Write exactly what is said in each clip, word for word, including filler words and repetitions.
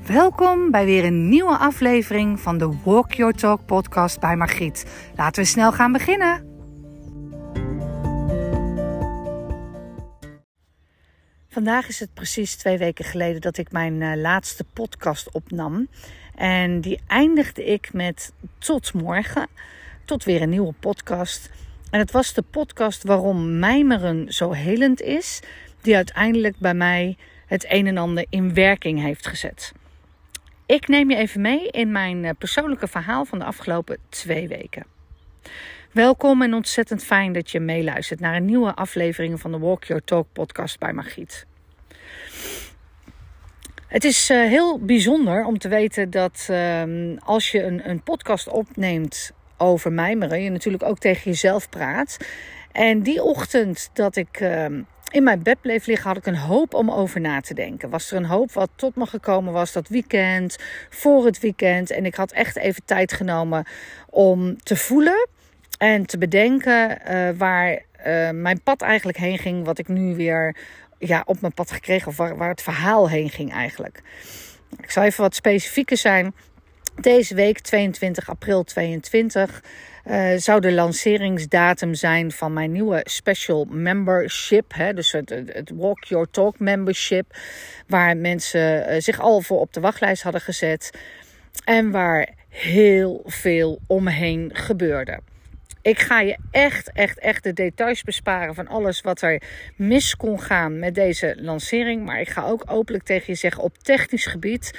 Welkom bij weer een nieuwe aflevering van de Walk Your Talk podcast bij Margriet. Laten we snel gaan beginnen. Vandaag is het precies twee weken geleden dat ik mijn uh, laatste podcast opnam. En die eindigde ik met tot morgen, tot weer een nieuwe podcast. En het was de podcast waarom mijmeren zo helend is, die uiteindelijk bij mij het een en ander in werking heeft gezet. Ik neem je even mee in mijn persoonlijke verhaal van de afgelopen twee weken. Welkom en ontzettend fijn dat je meeluistert naar een nieuwe aflevering van de Walk Your Talk podcast bij Margriet. Het is uh, heel bijzonder om te weten dat uh, als je een, een podcast opneemt over mijmeren, je natuurlijk ook tegen jezelf praat. En die ochtend dat ik uh, in mijn bed bleef liggen, had ik een hoop om over na te denken. Was er een hoop wat tot me gekomen was dat weekend, voor het weekend. En ik had echt even tijd genomen om te voelen en te bedenken uh, waar uh, mijn pad eigenlijk heen ging. Wat ik nu weer ja, op mijn pad gekregen, of waar, waar het verhaal heen ging eigenlijk. Ik zal even wat specifieker zijn. Deze week, tweeëntwintig april tweeëntwintig, uh, zou de lanceringsdatum zijn van mijn nieuwe special membership. Hè, dus het, het Walk Your Talk membership. Waar mensen uh, zich al voor op de wachtlijst hadden gezet. En waar heel veel omheen gebeurde. Ik ga je echt, echt, echt de details besparen van alles wat er mis kon gaan met deze lancering. Maar ik ga ook openlijk tegen je zeggen, op technisch gebied,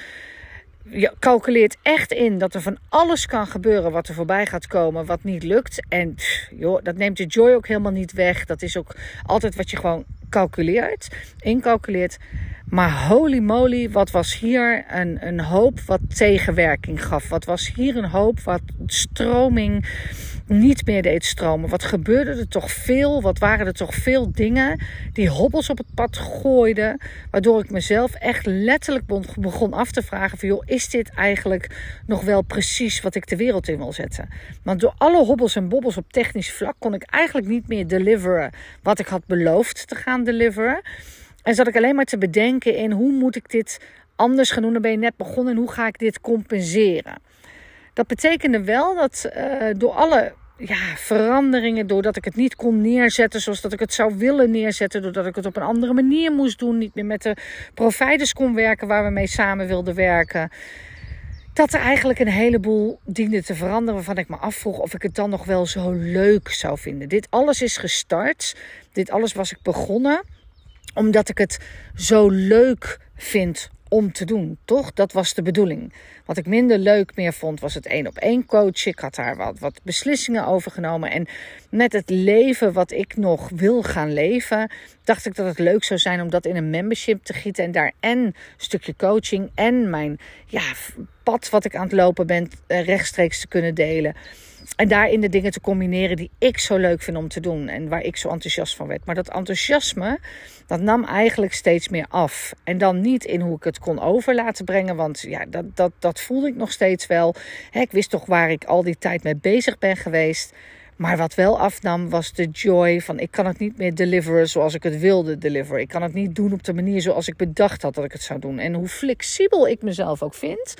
je calculeert echt in dat er van alles kan gebeuren wat er voorbij gaat komen, wat niet lukt. En joh, dat neemt de joy ook helemaal niet weg. Dat is ook altijd wat je gewoon calculeert, incalculeert. Maar holy moly, wat was hier een, een hoop wat tegenwerking gaf. Wat was hier een hoop wat stroming niet meer deed stromen. Wat gebeurde er toch veel, wat waren er toch veel dingen die hobbels op het pad gooiden. Waardoor ik mezelf echt letterlijk begon af te vragen van joh, is dit eigenlijk nog wel precies wat ik de wereld in wil zetten? Want door alle hobbels en bobbels op technisch vlak kon ik eigenlijk niet meer deliveren wat ik had beloofd te gaan deliveren. En zat ik alleen maar te bedenken in hoe moet ik dit anders gaan doen. Dan ben je net begonnen en hoe ga ik dit compenseren? Dat betekende wel dat uh, door alle ja, veranderingen, doordat ik het niet kon neerzetten zoals dat ik het zou willen neerzetten, doordat ik het op een andere manier moest doen, niet meer met de providers kon werken waar we mee samen wilden werken, dat er eigenlijk een heleboel diende te veranderen waarvan ik me afvroeg of ik het dan nog wel zo leuk zou vinden. Dit alles is gestart, dit alles was ik begonnen omdat ik het zo leuk vind om te doen, toch? Dat was de bedoeling. Wat ik minder leuk meer vond, was het één op één coachen. Ik had daar wat, wat beslissingen over genomen. En met het leven wat ik nog wil gaan leven, dacht ik dat het leuk zou zijn om dat in een membership te gieten. En daar en een stukje coaching en mijn ja, pad wat ik aan het lopen ben rechtstreeks te kunnen delen. En daarin de dingen te combineren die ik zo leuk vind om te doen. En waar ik zo enthousiast van werd. Maar dat enthousiasme, dat nam eigenlijk steeds meer af. En dan niet in hoe ik het kon over laten brengen. Want ja, dat, dat, dat voelde ik nog steeds wel. He, ik wist toch waar ik al die tijd mee bezig ben geweest. Maar wat wel afnam was de joy van ik kan het niet meer deliveren zoals ik het wilde deliveren. Ik kan het niet doen op de manier zoals ik bedacht had dat ik het zou doen. En hoe flexibel ik mezelf ook vind,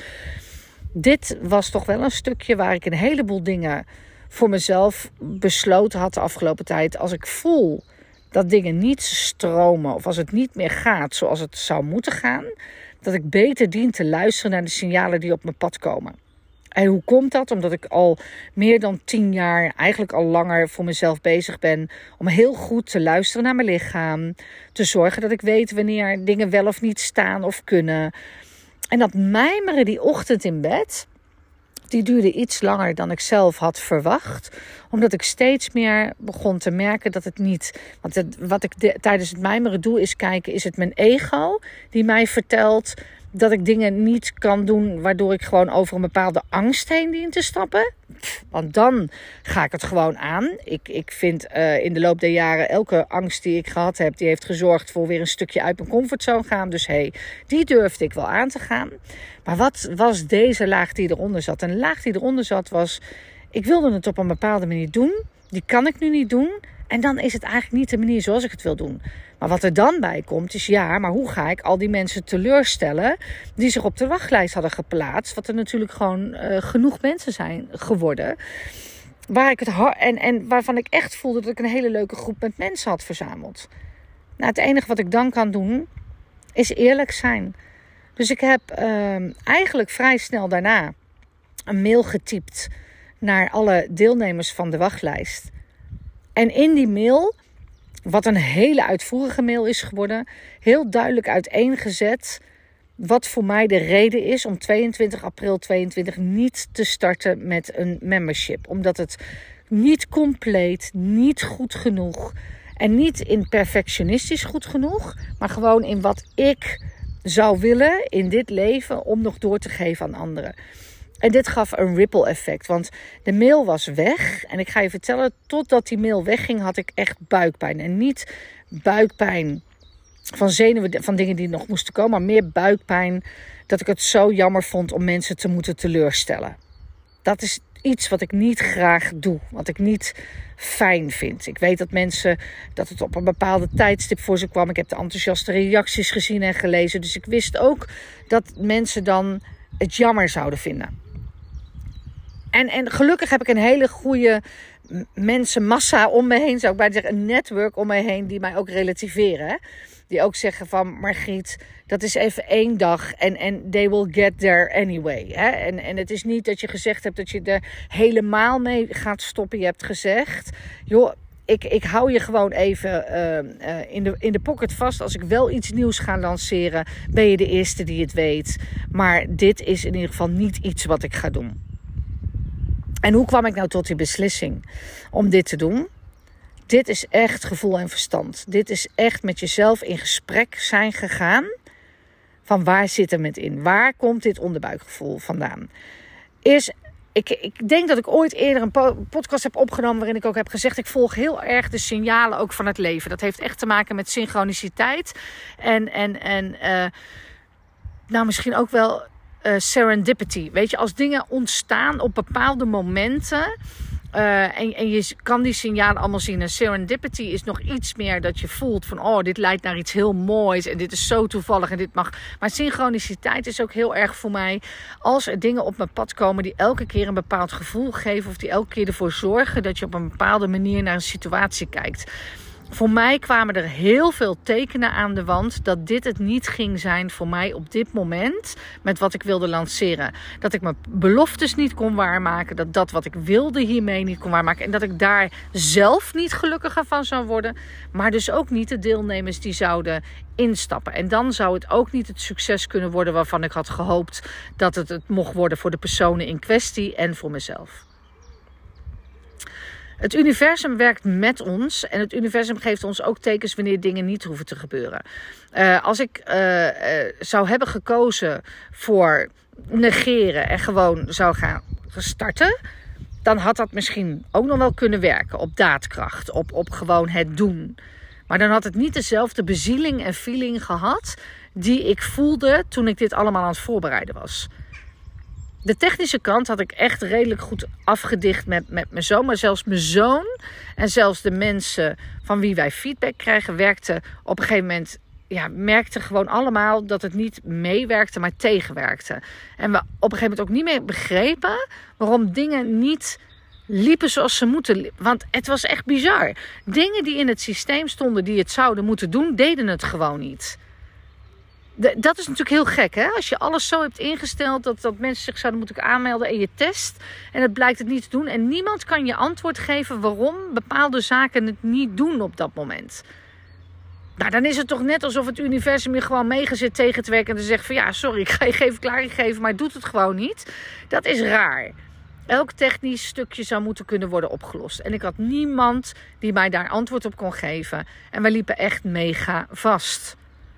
dit was toch wel een stukje waar ik een heleboel dingen voor mezelf besloten had de afgelopen tijd. Als ik voel dat dingen niet stromen of als het niet meer gaat zoals het zou moeten gaan, dat ik beter dien te luisteren naar de signalen die op mijn pad komen. En hoe komt dat? Omdat ik al meer dan tien jaar, eigenlijk al langer voor mezelf bezig ben om heel goed te luisteren naar mijn lichaam. Te zorgen dat ik weet wanneer dingen wel of niet staan of kunnen. En dat mijmeren die ochtend in bed, die duurde iets langer dan ik zelf had verwacht. Omdat ik steeds meer begon te merken dat het niet... Want het, wat ik de, tijdens het mijmeren doe is kijken, is het mijn ego die mij vertelt dat ik dingen niet kan doen waardoor ik gewoon over een bepaalde angst heen dien te stappen? Want dan ga ik het gewoon aan. Ik, ik vind uh, in de loop der jaren elke angst die ik gehad heb, die heeft gezorgd voor weer een stukje uit mijn comfortzone gaan. Dus hé, hey, die durfde ik wel aan te gaan. Maar wat was deze laag die eronder zat? Een laag die eronder zat was, ik wilde het op een bepaalde manier doen. Die kan ik nu niet doen. En dan is het eigenlijk niet de manier zoals ik het wil doen. Maar wat er dan bij komt is, ja, maar hoe ga ik al die mensen teleurstellen die zich op de wachtlijst hadden geplaatst? Wat er natuurlijk gewoon uh, genoeg mensen zijn geworden. Waar ik het har- en, en waarvan ik echt voelde dat ik een hele leuke groep met mensen had verzameld. Nou, het enige wat ik dan kan doen is eerlijk zijn. Dus ik heb uh, eigenlijk vrij snel daarna een mail getypt naar alle deelnemers van de wachtlijst. En in die mail, wat een hele uitvoerige mail is geworden, heel duidelijk uiteengezet wat voor mij de reden is om tweeëntwintig april tweeëntwintig niet te starten met een membership. Omdat het niet compleet, niet goed genoeg en niet in perfectionistisch goed genoeg, maar gewoon in wat ik zou willen in dit leven om nog door te geven aan anderen. En dit gaf een ripple effect, want de mail was weg. En ik ga je vertellen, totdat die mail wegging had ik echt buikpijn. En niet buikpijn van zenuwen, van dingen die nog moesten komen, maar meer buikpijn dat ik het zo jammer vond om mensen te moeten teleurstellen. Dat is iets wat ik niet graag doe, wat ik niet fijn vind. Ik weet dat mensen, dat het op een bepaalde tijdstip voor ze kwam. Ik heb de enthousiaste reacties gezien en gelezen. Dus ik wist ook dat mensen dan het jammer zouden vinden. En, en gelukkig heb ik een hele goede mensenmassa om me heen, zou ik bijna zeggen, een netwerk om me heen die mij ook relativeren. Hè? Die ook zeggen van, Margriet, dat is even één dag en, en they will get there anyway. Hè? En, en het is niet dat je gezegd hebt dat je er helemaal mee gaat stoppen. Je hebt gezegd, joh, ik, ik hou je gewoon even uh, uh, in, de, in de pocket vast. Als ik wel iets nieuws ga lanceren, ben je de eerste die het weet. Maar dit is in ieder geval niet iets wat ik ga doen. En hoe kwam ik nou tot die beslissing om dit te doen? Dit is echt gevoel en verstand. Dit is echt met jezelf in gesprek zijn gegaan. Van waar zit hem het in? Waar komt dit onderbuikgevoel vandaan? Is, ik, ik denk dat ik ooit eerder een po- podcast heb opgenomen waarin ik ook heb gezegd, ik volg heel erg de signalen ook van het leven. Dat heeft echt te maken met synchroniciteit. En, en, en uh, nou misschien ook wel uh, serendipity. Weet je, als dingen ontstaan op bepaalde momenten. Uh, en, en je kan die signalen allemaal zien. En serendipity is nog iets meer dat je voelt van, oh, dit leidt naar iets heel moois. En dit is zo toevallig en dit mag. Maar synchroniciteit is ook heel erg voor mij. Als er dingen op mijn pad komen die elke keer een bepaald gevoel geven. Of die elke keer ervoor zorgen dat je op een bepaalde manier naar een situatie kijkt. Voor mij kwamen er heel veel tekenen aan de wand dat dit het niet ging zijn voor mij op dit moment met wat ik wilde lanceren. Dat ik mijn beloftes niet kon waarmaken, dat dat wat ik wilde hiermee niet kon waarmaken en dat ik daar zelf niet gelukkiger van zou worden, maar dus ook niet de deelnemers die zouden instappen. En dan zou het ook niet het succes kunnen worden waarvan ik had gehoopt dat het het mocht worden voor de personen in kwestie en voor mezelf. Het universum werkt met ons en het universum geeft ons ook tekens wanneer dingen niet hoeven te gebeuren. Uh, als ik uh, uh, zou hebben gekozen voor negeren en gewoon zou gaan starten, dan had dat misschien ook nog wel kunnen werken op daadkracht, op, op gewoon het doen. Maar dan had het niet dezelfde bezieling en feeling gehad die ik voelde toen ik dit allemaal aan het voorbereiden was. De technische kant had ik echt redelijk goed afgedicht met, met mijn zoon. Maar zelfs mijn zoon en zelfs de mensen van wie wij feedback krijgen, werkten op een gegeven moment, ja, merkten gewoon allemaal dat het niet meewerkte, maar tegenwerkte. En we op een gegeven moment ook niet meer begrepen waarom dingen niet liepen zoals ze moeten. Want het was echt bizar. Dingen die in het systeem stonden die het zouden moeten doen, deden het gewoon niet. De, dat is natuurlijk heel gek, hè? Als je alles zo hebt ingesteld dat, dat mensen zich zouden moeten aanmelden en je test en het blijkt het niet te doen. En niemand kan je antwoord geven waarom bepaalde zaken het niet doen op dat moment. Nou, dan is het toch net alsof het universum je gewoon meegezet tegen te werken en te zeggen van ja, sorry, ik ga je geen verklaring geven, maar het doet het gewoon niet. Dat is raar. Elk technisch stukje zou moeten kunnen worden opgelost. En ik had niemand die mij daar antwoord op kon geven. En we liepen echt mega vast.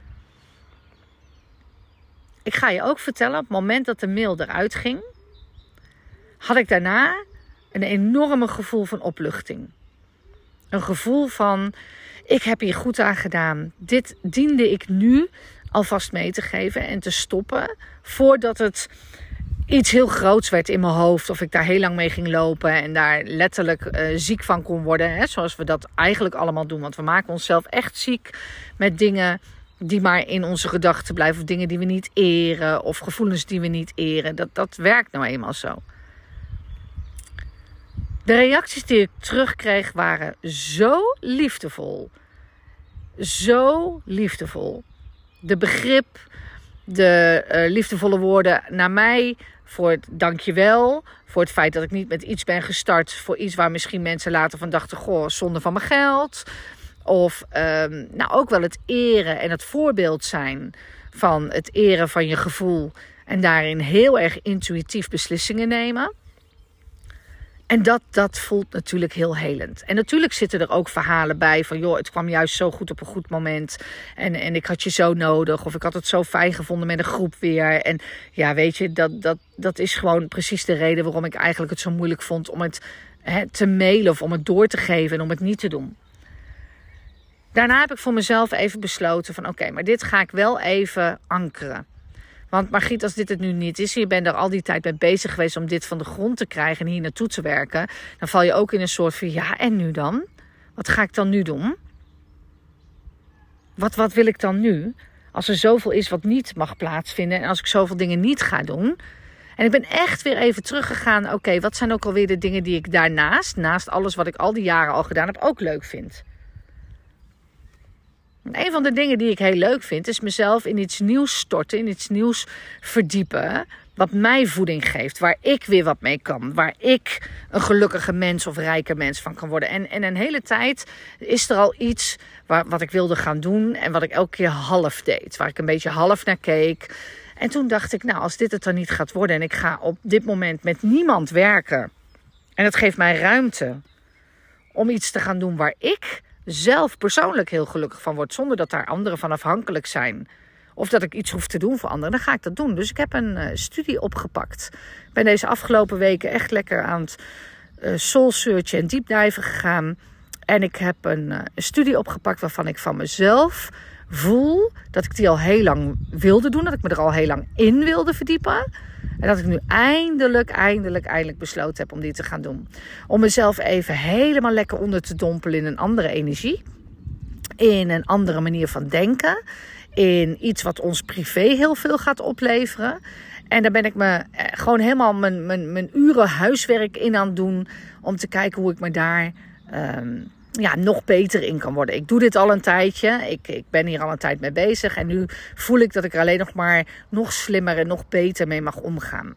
Ik ga je ook vertellen, op het moment dat de mail eruit ging, had ik daarna een enorme gevoel van opluchting. Een gevoel van, ik heb hier goed aan gedaan. Dit diende ik nu alvast mee te geven en te stoppen, voordat het iets heel groots werd in mijn hoofd, of ik daar heel lang mee ging lopen en daar letterlijk uh, ziek van kon worden, hè, zoals we dat eigenlijk allemaal doen, want we maken onszelf echt ziek met dingen die maar in onze gedachten blijven, of dingen die we niet eren, of gevoelens die we niet eren. Dat, dat werkt nou eenmaal zo. De reacties die ik terugkreeg waren zo liefdevol. Zo liefdevol. De begrip, de uh, liefdevolle woorden naar mij, voor het dankjewel, voor het feit dat ik niet met iets ben gestart, voor iets waar misschien mensen later van dachten, goh, zonde van mijn geld. Of um, nou ook wel het eren en het voorbeeld zijn van het eren van je gevoel en daarin heel erg intuïtief beslissingen nemen. En dat, dat voelt natuurlijk heel helend. En natuurlijk zitten er ook verhalen bij van, joh, het kwam juist zo goed op een goed moment. En, en ik had je zo nodig. Of ik had het zo fijn gevonden met een groep weer. En ja, weet je, dat, dat, dat is gewoon precies de reden waarom ik eigenlijk het zo moeilijk vond om het hè, te mailen of om het door te geven en om het niet te doen. Daarna heb ik voor mezelf even besloten van, oké, okay, maar dit ga ik wel even ankeren. Want Margriet, als dit het nu niet is, je bent er al die tijd mee bezig geweest om dit van de grond te krijgen en hier naartoe te werken, dan val je ook in een soort van, ja, en nu dan? Wat ga ik dan nu doen? Wat, wat wil ik dan nu? Als er zoveel is wat niet mag plaatsvinden en als ik zoveel dingen niet ga doen. En ik ben echt weer even teruggegaan, oké, okay, wat zijn ook alweer de dingen die ik daarnaast, naast alles wat ik al die jaren al gedaan heb, ook leuk vind? Een van de dingen die ik heel leuk vind, is mezelf in iets nieuws storten, in iets nieuws verdiepen, wat mij voeding geeft, waar ik weer wat mee kan, waar ik een gelukkige mens of rijke mens van kan worden. En, en een hele tijd is er al iets waar, wat ik wilde gaan doen en wat ik elke keer half deed, waar ik een beetje half naar keek. En toen dacht ik, nou, als dit het dan niet gaat worden en ik ga op dit moment met niemand werken en het geeft mij ruimte om iets te gaan doen waar ik zelf persoonlijk heel gelukkig van word, zonder dat daar anderen van afhankelijk zijn. Of dat ik iets hoef te doen voor anderen, dan ga ik dat doen. Dus ik heb een uh, studie opgepakt. Ik ben deze afgelopen weken echt lekker aan het uh, soul searchen en deep diven gegaan. En ik heb een, uh, een studie opgepakt waarvan ik van mezelf voel dat ik die al heel lang wilde doen. Dat ik me er al heel lang in wilde verdiepen. En dat ik nu eindelijk, eindelijk, eindelijk besloten heb om die te gaan doen. Om mezelf even helemaal lekker onder te dompelen in een andere energie. In een andere manier van denken. In iets wat ons privé heel veel gaat opleveren. En daar ben ik me gewoon helemaal mijn, mijn, mijn uren huiswerk in aan het doen. Om te kijken hoe ik me daar um, ja, nog beter in kan worden. Ik doe dit al een tijdje. Ik, ik ben hier al een tijd mee bezig. En nu voel ik dat ik er alleen nog maar nog slimmer en nog beter mee mag omgaan.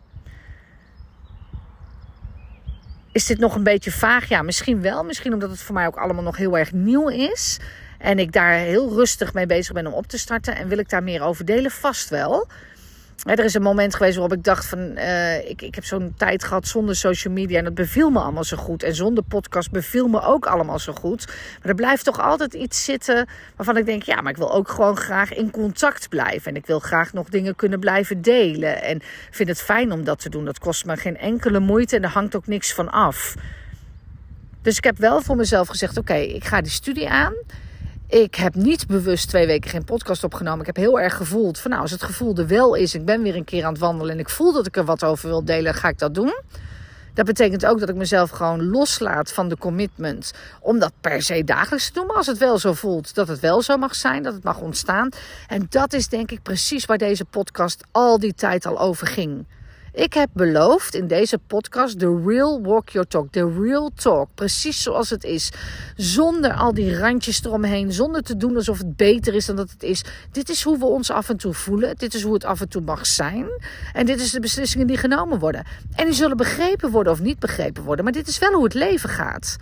Is dit nog een beetje vaag? Ja, misschien wel. Misschien omdat het voor mij ook allemaal nog heel erg nieuw is. En ik daar heel rustig mee bezig ben om op te starten. En wil ik daar meer over delen? Vast wel. Er is een moment geweest waarop ik dacht van, uh, ik, ik heb zo'n tijd gehad zonder social media en dat beviel me allemaal zo goed. En zonder podcast beviel me ook allemaal zo goed. Maar er blijft toch altijd iets zitten waarvan ik denk, ja, maar ik wil ook gewoon graag in contact blijven. En ik wil graag nog dingen kunnen blijven delen. En vind het fijn om dat te doen. Dat kost me geen enkele moeite en er hangt ook niks van af. Dus ik heb wel voor mezelf gezegd, oké, okay, ik ga die studie aan. Ik heb niet bewust twee weken geen podcast opgenomen. Ik heb heel erg gevoeld van, nou, als het gevoel er wel is, ik ben weer een keer aan het wandelen en ik voel dat ik er wat over wil delen, ga ik dat doen. Dat betekent ook dat ik mezelf gewoon loslaat van de commitment om dat per se dagelijks te doen. Maar als het wel zo voelt, dat het wel zo mag zijn, dat het mag ontstaan. En dat is denk ik precies waar deze podcast al die tijd al over ging. Ik heb beloofd in deze podcast the real walk your talk, the real talk, precies zoals het is. Zonder al die randjes eromheen, zonder te doen alsof het beter is dan dat het is. Dit is hoe we ons af en toe voelen, dit is hoe het af en toe mag zijn. En dit is de beslissingen die genomen worden. En die zullen begrepen worden of niet begrepen worden, maar dit is wel hoe het leven gaat.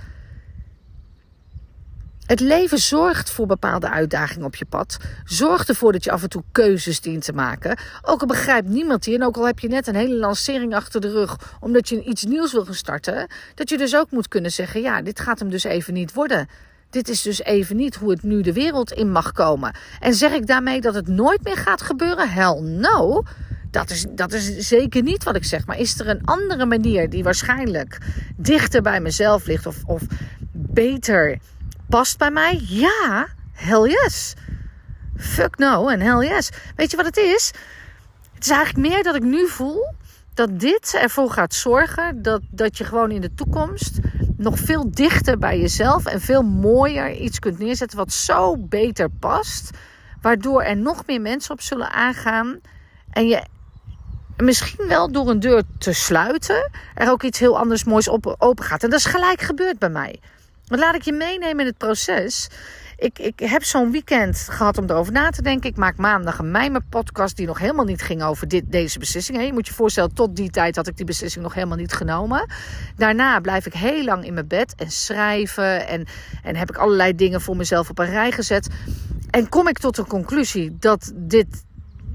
Het leven zorgt voor bepaalde uitdagingen op je pad. Zorgt ervoor dat je af en toe keuzes dient te maken. Ook al begrijpt niemand die, en ook al heb je net een hele lancering achter de rug, omdat je iets nieuws wil gaan starten, dat je dus ook moet kunnen zeggen, ja, dit gaat hem dus even niet worden. Dit is dus even niet hoe het nu de wereld in mag komen. En zeg ik daarmee dat het nooit meer gaat gebeuren? Hell no! Dat is, dat is zeker niet wat ik zeg. Maar is er een andere manier die waarschijnlijk dichter bij mezelf ligt of, of beter past bij mij? Ja, hell yes. Fuck no en hell yes. Weet je wat het is? Het is eigenlijk meer dat ik nu voel dat dit ervoor gaat zorgen dat, dat je gewoon in de toekomst nog veel dichter bij jezelf en veel mooier iets kunt neerzetten wat zo beter past. Waardoor er nog meer mensen op zullen aangaan. En je misschien wel door een deur te sluiten er ook iets heel anders moois op, open gaat. En dat is gelijk gebeurd bij mij. Want laat ik je meenemen in het proces. Ik, ik heb zo'n weekend gehad om erover na te denken. Ik maak maandag een mijmerpodcast die nog helemaal niet ging over dit, deze beslissing. Je moet je voorstellen, tot die tijd had ik die beslissing nog helemaal niet genomen. Daarna blijf ik heel lang in mijn bed en schrijven. En, en heb ik allerlei dingen voor mezelf op een rij gezet. En kom ik tot de conclusie dat dit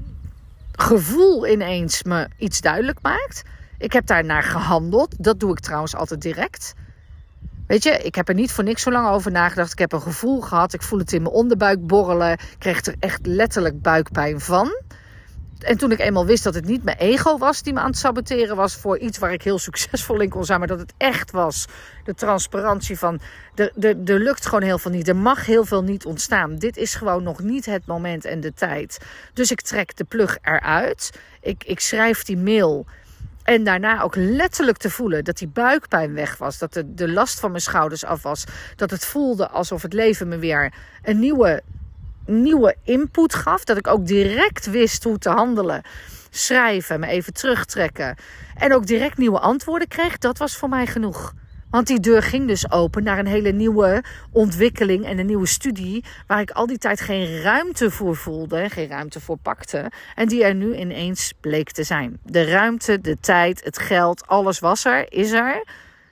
gevoel ineens me iets duidelijk maakt. Ik heb daarnaar gehandeld. Dat doe ik trouwens altijd direct. Weet je, ik heb er niet voor niks zo lang over nagedacht. Ik heb een gevoel gehad. Ik voel het in mijn onderbuik borrelen. Ik kreeg er echt letterlijk buikpijn van. En toen ik eenmaal wist dat het niet mijn ego was die me aan het saboteren was voor iets waar ik heel succesvol in kon zijn. Maar dat het echt was de transparantie van, er, er, er lukt gewoon heel veel niet. Er mag heel veel niet ontstaan. Dit is gewoon nog niet het moment en de tijd. Dus ik trek de plug eruit. Ik, ik schrijf die mail. En daarna ook letterlijk te voelen dat die buikpijn weg was. Dat de, de last van mijn schouders af was. Dat het voelde alsof het leven me weer een nieuwe, nieuwe input gaf. Dat ik ook direct wist hoe te handelen. Schrijven, me even terugtrekken. En ook direct nieuwe antwoorden kreeg. Dat was voor mij genoeg. Want die deur ging dus open naar een hele nieuwe ontwikkeling en een nieuwe studie. Waar ik al die tijd geen ruimte voor voelde. Geen ruimte voor pakte. En die er nu ineens bleek te zijn. De ruimte, de tijd, het geld, alles was er, is er.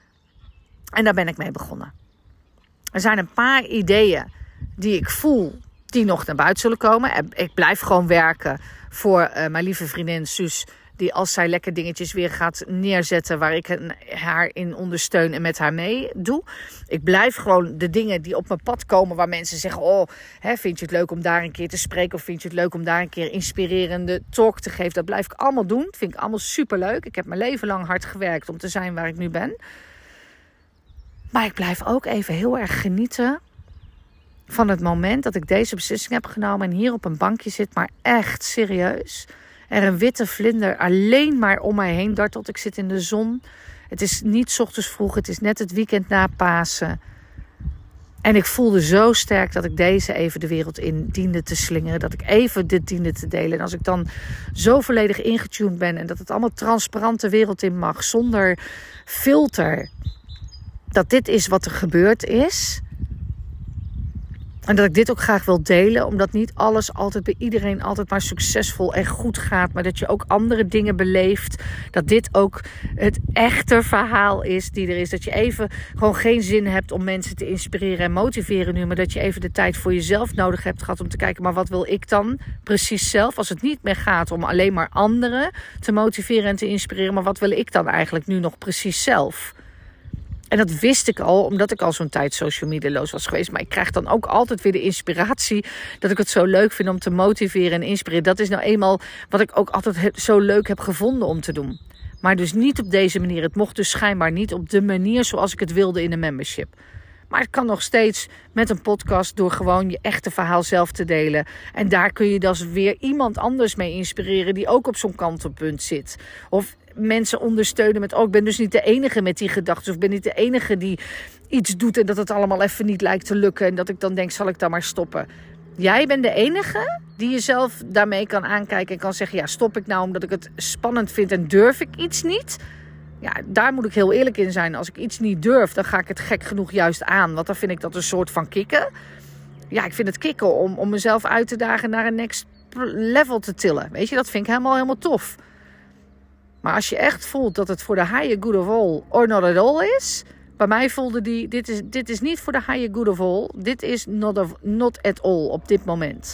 En daar ben ik mee begonnen. Er zijn een paar ideeën die ik voel die nog naar buiten zullen komen. Ik blijf gewoon werken voor uh, mijn lieve vriendin Suus. Die als zij lekker dingetjes weer gaat neerzetten waar ik haar in ondersteun en met haar mee doe. Ik blijf gewoon de dingen die op mijn pad komen waar mensen zeggen, oh, hè, vind je het leuk om daar een keer te spreken? Of vind je het leuk om daar een keer inspirerende talk te geven? Dat blijf ik allemaal doen. Dat vind ik allemaal superleuk. Ik heb mijn leven lang hard gewerkt om te zijn waar ik nu ben. Maar ik blijf ook even heel erg genieten van het moment dat ik deze beslissing heb genomen en hier op een bankje zit, maar echt serieus. Er een witte vlinder alleen maar om mij heen dartelt. Ik zit in de zon. Het is niet 's ochtends vroeg. Het is net het weekend na Pasen. En ik voelde zo sterk dat ik deze even de wereld in diende te slingeren. Dat ik even dit diende te delen. En als ik dan zo volledig ingetuned ben. En dat het allemaal transparant de wereld in mag. Zonder filter. Dat dit is wat er gebeurd is. En dat ik dit ook graag wil delen. Omdat niet alles altijd bij iedereen altijd maar succesvol en goed gaat. Maar dat je ook andere dingen beleeft. Dat dit ook het echte verhaal is die er is. Dat je even gewoon geen zin hebt om mensen te inspireren en motiveren nu. Maar dat je even de tijd voor jezelf nodig hebt gehad om te kijken. Maar wat wil ik dan precies zelf? Als het niet meer gaat om alleen maar anderen te motiveren en te inspireren. Maar wat wil ik dan eigenlijk nu nog precies zelf? En dat wist ik al, omdat ik al zo'n tijd social medialoos was geweest. Maar ik krijg dan ook altijd weer de inspiratie dat ik het zo leuk vind om te motiveren en inspireren. Dat is nou eenmaal wat ik ook altijd zo leuk heb gevonden om te doen. Maar dus niet op deze manier. Het mocht dus schijnbaar niet op de manier zoals ik het wilde in een membership. Maar het kan nog steeds met een podcast door gewoon je echte verhaal zelf te delen. En daar kun je dus weer iemand anders mee inspireren die ook op zo'n kantelpunt zit. Of mensen ondersteunen met, oh, ik ben dus niet de enige met die gedachten. Of ik ben niet de enige die iets doet en dat het allemaal even niet lijkt te lukken. En dat ik dan denk, zal ik dan maar stoppen? Jij bent de enige die jezelf daarmee kan aankijken en kan zeggen, ja, stop ik nou omdat ik het spannend vind en durf ik iets niet? Ja, daar moet ik heel eerlijk in zijn. Als ik iets niet durf, dan ga ik het gek genoeg juist aan. Want dan vind ik dat een soort van kicken. Ja, ik vind het kicken om, om mezelf uit te dagen naar een next level te tillen. Weet je, dat vind ik helemaal, helemaal tof. Maar als je echt voelt dat het voor de higher good of all or not at all is. Bij mij voelde die, dit is, dit is niet voor de higher good of all. Dit is not, of, not at all op dit moment.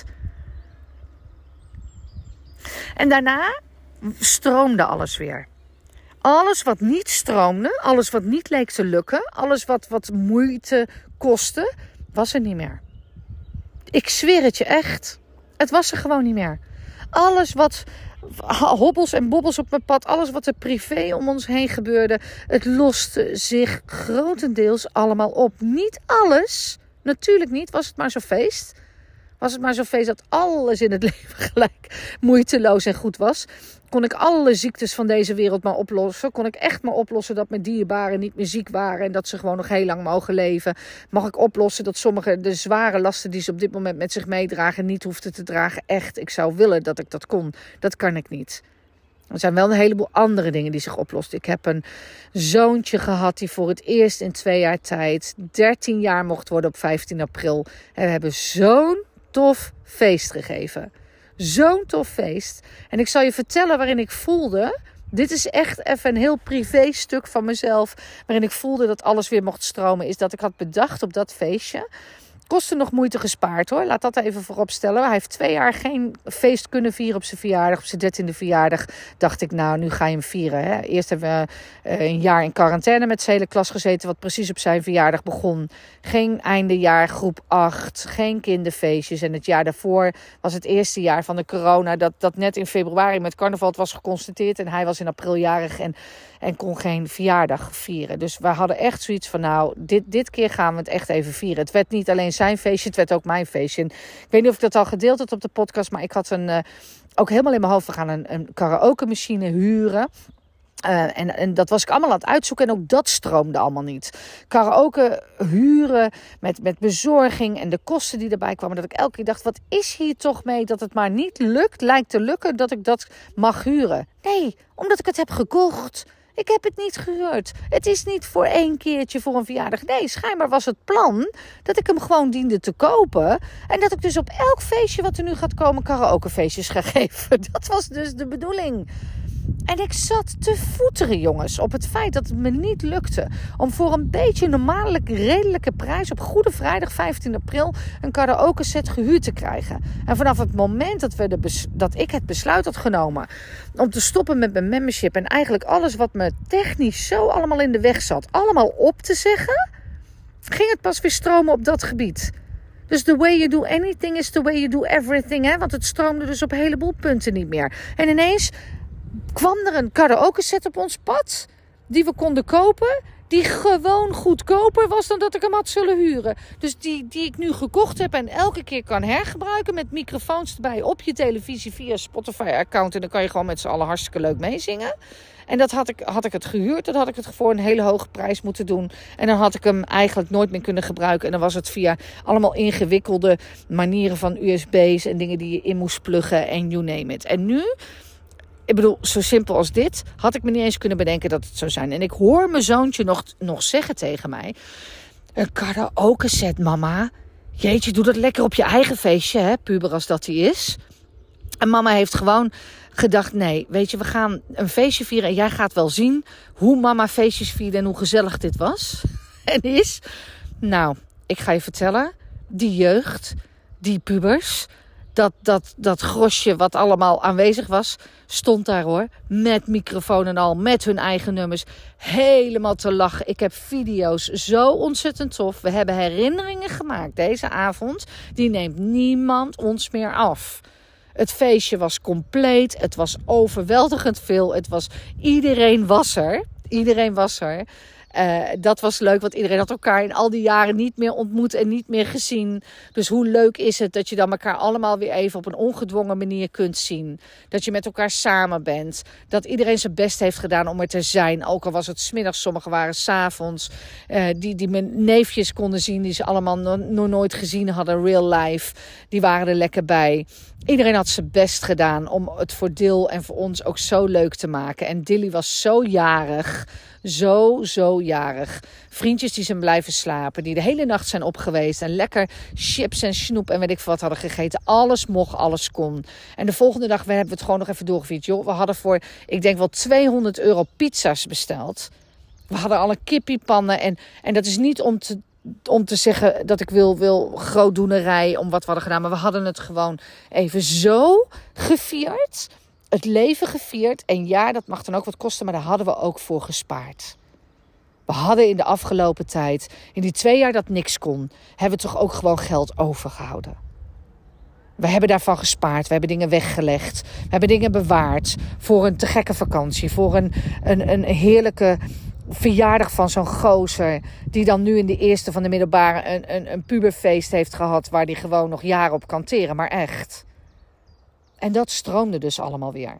En daarna stroomde alles weer. Alles wat niet stroomde, alles wat niet leek te lukken, alles wat, wat moeite kostte, was er niet meer. Ik zweer het je echt. Het was er gewoon niet meer. Alles wat hobbels en bobbels op mijn pad, alles wat er privé om ons heen gebeurde, het loste zich grotendeels allemaal op. Niet alles, natuurlijk niet, was het maar zo'n feest. Was het maar zo'n feest dat alles in het leven gelijk moeiteloos en goed was. Kon ik alle ziektes van deze wereld maar oplossen. Kon ik echt maar oplossen dat mijn dierbaren niet meer ziek waren. En dat ze gewoon nog heel lang mogen leven. Mag ik oplossen dat sommige de zware lasten die ze op dit moment met zich meedragen niet hoefden te dragen. Echt, ik zou willen dat ik dat kon. Dat kan ik niet. Er zijn wel een heleboel andere dingen die zich oplosten. Ik heb een zoontje gehad die voor het eerst in twee jaar tijd dertien jaar mocht worden op vijftien april. En we hebben zo'n tof feest gegeven. Zo'n tof feest. En ik zal je vertellen waarin ik voelde. Dit is echt even een heel privé stuk van mezelf. Waarin ik voelde dat alles weer mocht stromen. Is dat ik had bedacht op dat feestje. Kostte nog moeite gespaard hoor. Laat dat even voorop stellen. Hij heeft twee jaar geen feest kunnen vieren op zijn verjaardag. Op zijn dertiende verjaardag dacht ik, nou, nu ga je hem vieren. Hè. Eerst hebben we uh, een jaar in quarantaine met zijn hele klas gezeten. Wat precies op zijn verjaardag begon. Geen eindejaar groep acht. Geen kinderfeestjes. En het jaar daarvoor was het eerste jaar van de corona. Dat, dat net in februari met carnaval was geconstateerd. En hij was in april jarig en, en kon geen verjaardag vieren. Dus we hadden echt zoiets van, nou, dit, dit keer gaan we het echt even vieren. Het werd niet alleen zijn feestje, het werd ook mijn feestje. En ik weet niet of ik dat al gedeeld had op de podcast, maar ik had een, uh, ook helemaal in mijn hoofd, we gaan een, een karaoke machine huren. Uh, en, en dat was ik allemaal aan het uitzoeken en ook dat stroomde allemaal niet. Karaoke huren met, met bezorging en de kosten die erbij kwamen. Dat ik elke keer dacht, wat is hier toch mee dat het maar niet lukt, lijkt te lukken dat ik dat mag huren. Nee, omdat ik het heb gekocht. Ik heb het niet gehuurd. Het is niet voor één keertje voor een verjaardag. Nee, schijnbaar was het plan dat ik hem gewoon diende te kopen. En dat ik dus op elk feestje wat er nu gaat komen karaokefeestjes ga geven. Dat was dus de bedoeling. En ik zat te voeteren, jongens, op het feit dat het me niet lukte om voor een beetje normale, redelijke prijs op Goede Vrijdag vijftien april een karaoke set gehuurd te krijgen. En vanaf het moment dat, we de bes- dat ik het besluit had genomen om te stoppen met mijn membership en eigenlijk alles wat me technisch zo allemaal in de weg zat, allemaal op te zeggen, ging het pas weer stromen op dat gebied. Dus the way you do anything is the way you do everything, hè? Want het stroomde dus op een heleboel punten niet meer. En ineens kwam er een karaoke set op ons pad die we konden kopen, die gewoon goedkoper was dan dat ik hem had zullen huren. Dus die, die ik nu gekocht heb en elke keer kan hergebruiken met microfoons erbij op je televisie via Spotify-account. En dan kan je gewoon met z'n allen hartstikke leuk meezingen. En dat had ik, had ik het gehuurd, dan had ik het voor een hele hoge prijs moeten doen. En dan had ik hem eigenlijk nooit meer kunnen gebruiken. En dan was het via allemaal ingewikkelde manieren van U S B's en dingen die je in moest pluggen en you name it. En nu, ik bedoel, zo simpel als dit, had ik me niet eens kunnen bedenken dat het zou zijn. En ik hoor mijn zoontje nog, nog zeggen tegen mij, een karaoke set, mama. Jeetje, doe dat lekker op je eigen feestje, hè, puber als dat hij is. En mama heeft gewoon gedacht, nee, weet je, we gaan een feestje vieren en jij gaat wel zien hoe mama feestjes vierde en hoe gezellig dit was en is. Nou, ik ga je vertellen, die jeugd, die pubers, dat, dat, dat grosje wat allemaal aanwezig was, stond daar hoor, met microfoon en al, met hun eigen nummers, helemaal te lachen. Ik heb video's, zo ontzettend tof. We hebben herinneringen gemaakt deze avond, die neemt niemand ons meer af. Het feestje was compleet, het was overweldigend veel, het was, iedereen was er, iedereen was er. Uh, dat was leuk, want iedereen had elkaar in al die jaren niet meer ontmoet en niet meer gezien. Dus hoe leuk is het dat je dan elkaar allemaal weer even op een ongedwongen manier kunt zien. Dat je met elkaar samen bent. Dat iedereen zijn best heeft gedaan om er te zijn. Ook al was het 's middags, sommigen waren 's avonds. Uh, die, die mijn neefjes konden zien, die ze allemaal nog no- nooit gezien hadden, real life. Die waren er lekker bij. Iedereen had zijn best gedaan om het voor Dil en voor ons ook zo leuk te maken. En Dilly was zo jarig. Zo, zo jarig. Vriendjes die zijn blijven slapen. Die de hele nacht zijn op geweest. En lekker chips en snoep en weet ik veel wat hadden gegeten. Alles mocht, alles kon. En de volgende dag hebben we het gewoon nog even doorgevierd. Joh, we hadden voor, ik denk wel tweehonderd euro pizza's besteld. We hadden al een kippiepannen. En, en dat is niet om te... Om te zeggen dat ik wil, wil grootdoenerij om wat we hadden gedaan. Maar we hadden het gewoon even zo gevierd. Het leven gevierd. En ja, dat mag dan ook wat kosten. Maar daar hadden we ook voor gespaard. We hadden in de afgelopen tijd, in die twee jaar dat niks kon, hebben we toch ook gewoon geld overgehouden. We hebben daarvan gespaard. We hebben dingen weggelegd. We hebben dingen bewaard voor een te gekke vakantie. Voor een, een, een heerlijke verjaardag van zo'n gozer die dan nu in de eerste van de middelbare een, een, een puberfeest heeft gehad waar die gewoon nog jaren op kan teren, maar echt. En dat stroomde dus allemaal weer.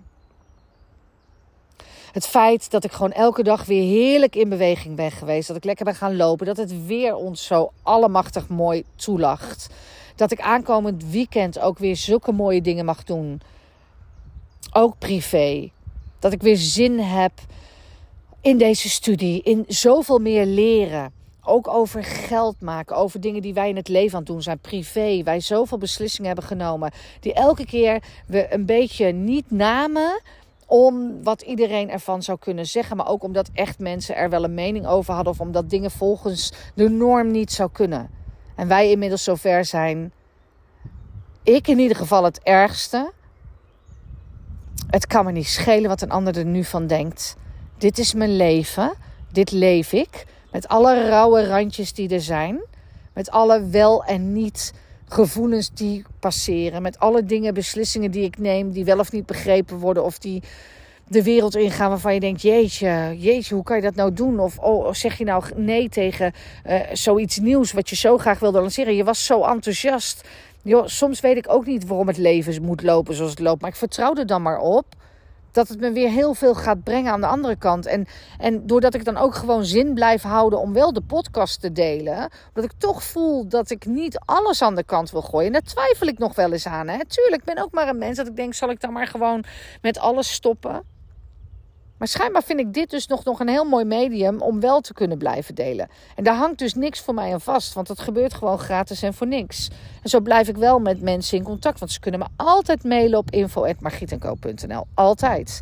Het feit dat ik gewoon elke dag weer heerlijk in beweging ben geweest. Dat ik lekker ben gaan lopen. Dat het weer ons zo allemachtig mooi toelacht. Dat ik aankomend weekend ook weer zulke mooie dingen mag doen. Ook privé. Dat ik weer zin heb in deze studie. In zoveel meer leren. Ook over geld maken. Over dingen die wij in het leven aan het doen zijn. Privé. Wij zoveel beslissingen hebben genomen. Die elke keer we een beetje niet namen. Om wat iedereen ervan zou kunnen zeggen. Maar ook omdat echt mensen er wel een mening over hadden. Of omdat dingen volgens de norm niet zou kunnen. En wij inmiddels zover zijn. Ik in ieder geval het ergste. Het kan me niet schelen wat een ander er nu van denkt. Dit is mijn leven. Dit leef ik. Met alle rauwe randjes die er zijn. Met alle wel en niet gevoelens die passeren. Met alle dingen, beslissingen die ik neem. Die wel of niet begrepen worden. Of die de wereld ingaan waarvan je denkt. Jeetje, jeetje, hoe kan je dat nou doen? Of oh, zeg je nou nee tegen uh, zoiets nieuws wat je zo graag wilde lanceren. Je was zo enthousiast. Yo, soms weet ik ook niet waarom het leven moet lopen zoals het loopt. Maar ik vertrouw er dan maar op. Dat het me weer heel veel gaat brengen aan de andere kant. En, en doordat ik dan ook gewoon zin blijf houden om wel de podcast te delen. Dat ik toch voel dat ik niet alles aan de kant wil gooien. En daar twijfel ik nog wel eens aan. Hè? Tuurlijk, ik ben ook maar een mens dat ik denk, zal ik dan maar gewoon met alles stoppen? Maar schijnbaar vind ik dit dus nog, nog een heel mooi medium om wel te kunnen blijven delen. En daar hangt dus niks voor mij aan vast. Want dat gebeurt gewoon gratis en voor niks. En zo blijf ik wel met mensen in contact. Want ze kunnen me altijd mailen op info at margrietenco punt n l. Altijd.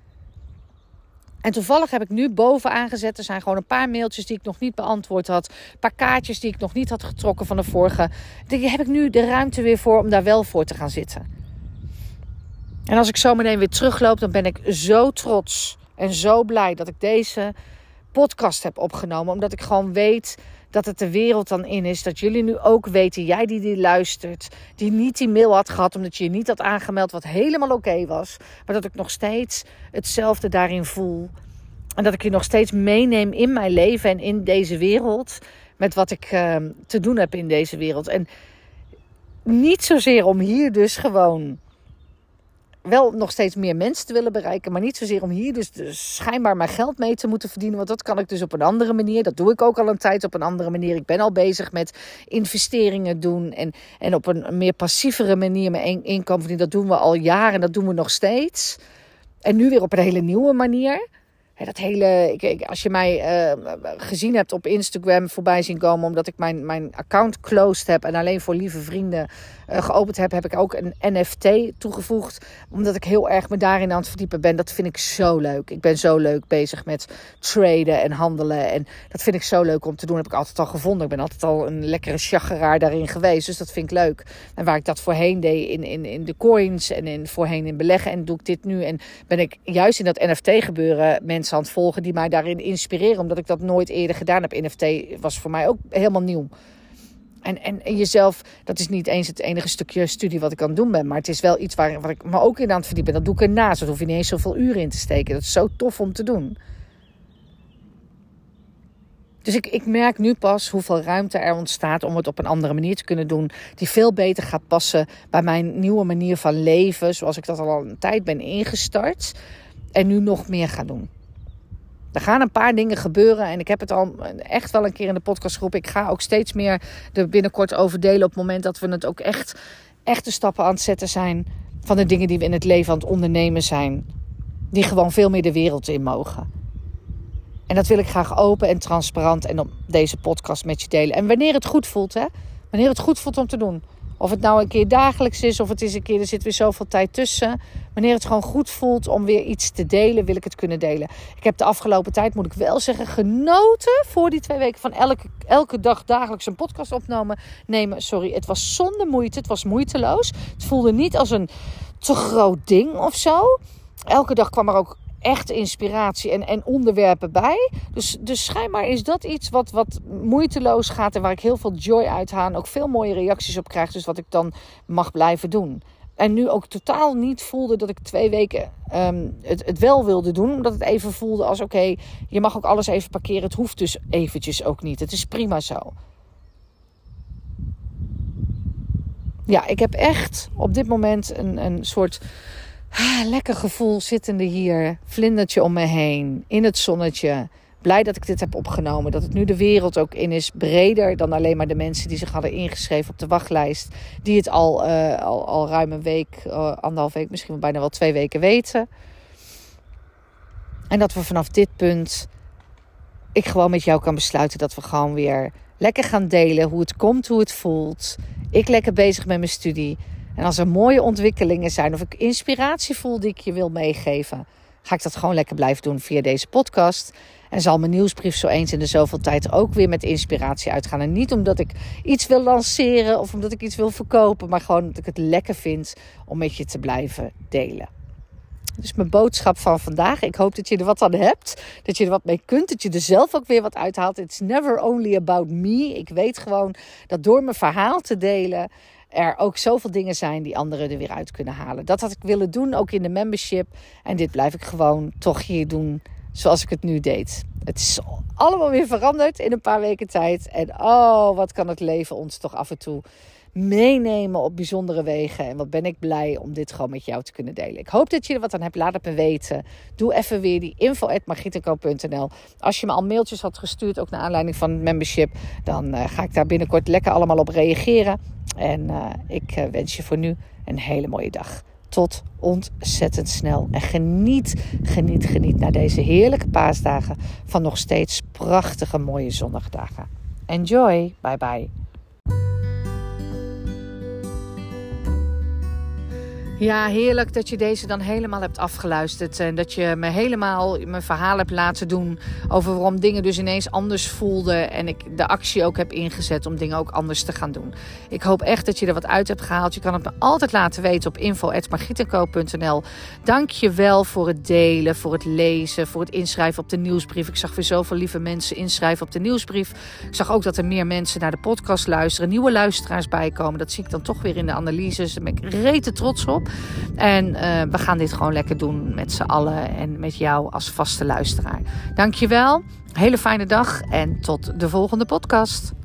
En toevallig heb ik nu bovenaan gezet. Er zijn gewoon een paar mailtjes die ik nog niet beantwoord had. Een paar kaartjes die ik nog niet had getrokken van de vorige. Die heb ik nu de ruimte weer voor om daar wel voor te gaan zitten. En als ik zo meteen weer terugloop, dan ben ik zo trots en zo blij dat ik deze podcast heb opgenomen. Omdat ik gewoon weet dat het de wereld dan in is. Dat jullie nu ook weten, jij die die luistert, die niet die mail had gehad omdat je je niet had aangemeld, wat helemaal oké was. Maar dat ik nog steeds hetzelfde daarin voel. En dat ik je nog steeds meeneem in mijn leven en in deze wereld. Met wat ik uh, te doen heb in deze wereld. En niet zozeer om hier dus gewoon wel nog steeds meer mensen te willen bereiken. Maar niet zozeer om hier dus, dus schijnbaar mijn geld mee te moeten verdienen. Want dat kan ik dus op een andere manier. Dat doe ik ook al een tijd op een andere manier. Ik ben al bezig met investeringen doen. En, en op een meer passievere manier mijn inkomen verdienen. Dat doen we al jaren en dat doen we nog steeds. En nu weer op een hele nieuwe manier. Dat hele, ik, als je mij uh, gezien hebt op Instagram voorbij zien komen, omdat ik mijn, mijn account closed heb en alleen voor lieve vrienden uh, geopend heb, heb ik ook een N F T toegevoegd. Omdat ik heel erg me daarin aan het verdiepen ben. Dat vind ik zo leuk. Ik ben zo leuk bezig met traden en handelen. En dat vind ik zo leuk om te doen. Dat heb ik altijd al gevonden. Ik ben altijd al een lekkere chageraar daarin geweest. Dus dat vind ik leuk. En waar ik dat voorheen deed in, in, in de coins en in, voorheen in beleggen. En doe ik dit nu. En ben ik juist in dat N F T gebeuren mensen aan het volgen die mij daarin inspireren. Omdat ik dat nooit eerder gedaan heb. N F T was voor mij ook helemaal nieuw. En, en, en jezelf, dat is niet eens het enige stukje studie wat ik aan het doen ben. Maar het is wel iets waar, waar ik me ook in aan het verdiepen ben. Dat doe ik ernaast. Dat hoef je niet eens zoveel uren in te steken. Dat is zo tof om te doen. Dus ik, ik merk nu pas hoeveel ruimte er ontstaat om het op een andere manier te kunnen doen. Die veel beter gaat passen bij mijn nieuwe manier van leven. Zoals ik dat al een tijd ben ingestart. En nu nog meer ga doen. Er gaan een paar dingen gebeuren. En ik heb het al echt wel een keer in de podcast geroepen. Ik ga ook steeds meer er binnenkort over delen. Op het moment dat we het ook echt echte stappen aan het zetten zijn. Van de dingen die we in het leven aan het ondernemen zijn. Die gewoon veel meer de wereld in mogen. En dat wil ik graag open en transparant en op deze podcast met je delen. En wanneer het goed voelt, hè? Wanneer het goed voelt om te doen. Of het nou een keer dagelijks is, of het is een keer, er zit weer zoveel tijd tussen. Wanneer het gewoon goed voelt om weer iets te delen, wil ik het kunnen delen. Ik heb de afgelopen tijd, moet ik wel zeggen, genoten voor die twee weken van elke, elke dag dagelijks een podcast opnemen. Nemen, sorry, het was zonder moeite, het was moeiteloos. Het voelde niet als een te groot ding of zo. Elke dag kwam er ook echt inspiratie en, en onderwerpen bij. Dus, dus schijnbaar is dat iets wat, wat moeiteloos gaat en waar ik heel veel joy uit haal. Ook veel mooie reacties op krijg. Dus wat ik dan mag blijven doen. En nu ook totaal niet voelde dat ik twee weken um, het, het wel wilde doen. Omdat het even voelde als oké, okay, je mag ook alles even parkeren. Het hoeft dus eventjes ook niet. Het is prima zo. Ja, ik heb echt op dit moment een, een soort ah, lekker gevoel zittende hier. Vlindertje om me heen. In het zonnetje. Blij dat ik dit heb opgenomen. Dat het nu de wereld ook in is. Breder dan alleen maar de mensen die zich hadden ingeschreven op de wachtlijst. Die het al, uh, al, al ruim een week, uh, anderhalf week, misschien bijna wel twee weken weten. En dat we vanaf dit punt, ik gewoon met jou kan besluiten dat we gewoon weer lekker gaan delen. Hoe het komt, hoe het voelt. Ik lekker bezig met mijn studie. En als er mooie ontwikkelingen zijn of ik inspiratie voel die ik je wil meegeven, ga ik dat gewoon lekker blijven doen via deze podcast. En zal mijn nieuwsbrief zo eens in de zoveel tijd ook weer met inspiratie uitgaan. En niet omdat ik iets wil lanceren of omdat ik iets wil verkopen, maar gewoon dat ik het lekker vind om met je te blijven delen. Dus mijn boodschap van vandaag. Ik hoop dat je er wat aan hebt. Dat je er wat mee kunt. Dat je er zelf ook weer wat uithaalt. It's never only about me. Ik weet gewoon dat door mijn verhaal te delen er ook zoveel dingen zijn die anderen er weer uit kunnen halen. Dat had ik willen doen, ook in de membership. En dit blijf ik gewoon toch hier doen zoals ik het nu deed. Het is allemaal weer veranderd in een paar weken tijd. En oh, wat kan het leven ons toch af en toe meenemen op bijzondere wegen. En wat ben ik blij om dit gewoon met jou te kunnen delen. Ik hoop dat je er wat aan hebt. Laat het me weten. Doe even weer die info at margietenko punt n l. Als je me al mailtjes had gestuurd, ook naar aanleiding van het membership, dan uh, ga ik daar binnenkort lekker allemaal op reageren. En uh, ik uh, wens je voor nu een hele mooie dag. Tot ontzettend snel. En geniet, geniet, geniet naar deze heerlijke paasdagen van nog steeds prachtige, mooie zonnige dagen. Enjoy. Bye bye. Ja, heerlijk dat je deze dan helemaal hebt afgeluisterd. En dat je me helemaal mijn verhaal hebt laten doen over waarom dingen dus ineens anders voelden. En ik de actie ook heb ingezet om dingen ook anders te gaan doen. Ik hoop echt dat je er wat uit hebt gehaald. Je kan het me altijd laten weten op info at margietenko punt n l. Dank je wel voor het delen, voor het lezen, voor het inschrijven op de nieuwsbrief. Ik zag weer zoveel lieve mensen inschrijven op de nieuwsbrief. Ik zag ook dat er meer mensen naar de podcast luisteren. Nieuwe luisteraars bijkomen. Dat zie ik dan toch weer in de analyses. Daar ben ik rete trots op. En uh, we gaan dit gewoon lekker doen met z'n allen en met jou als vaste luisteraar. Dankjewel, hele fijne dag en tot de volgende podcast.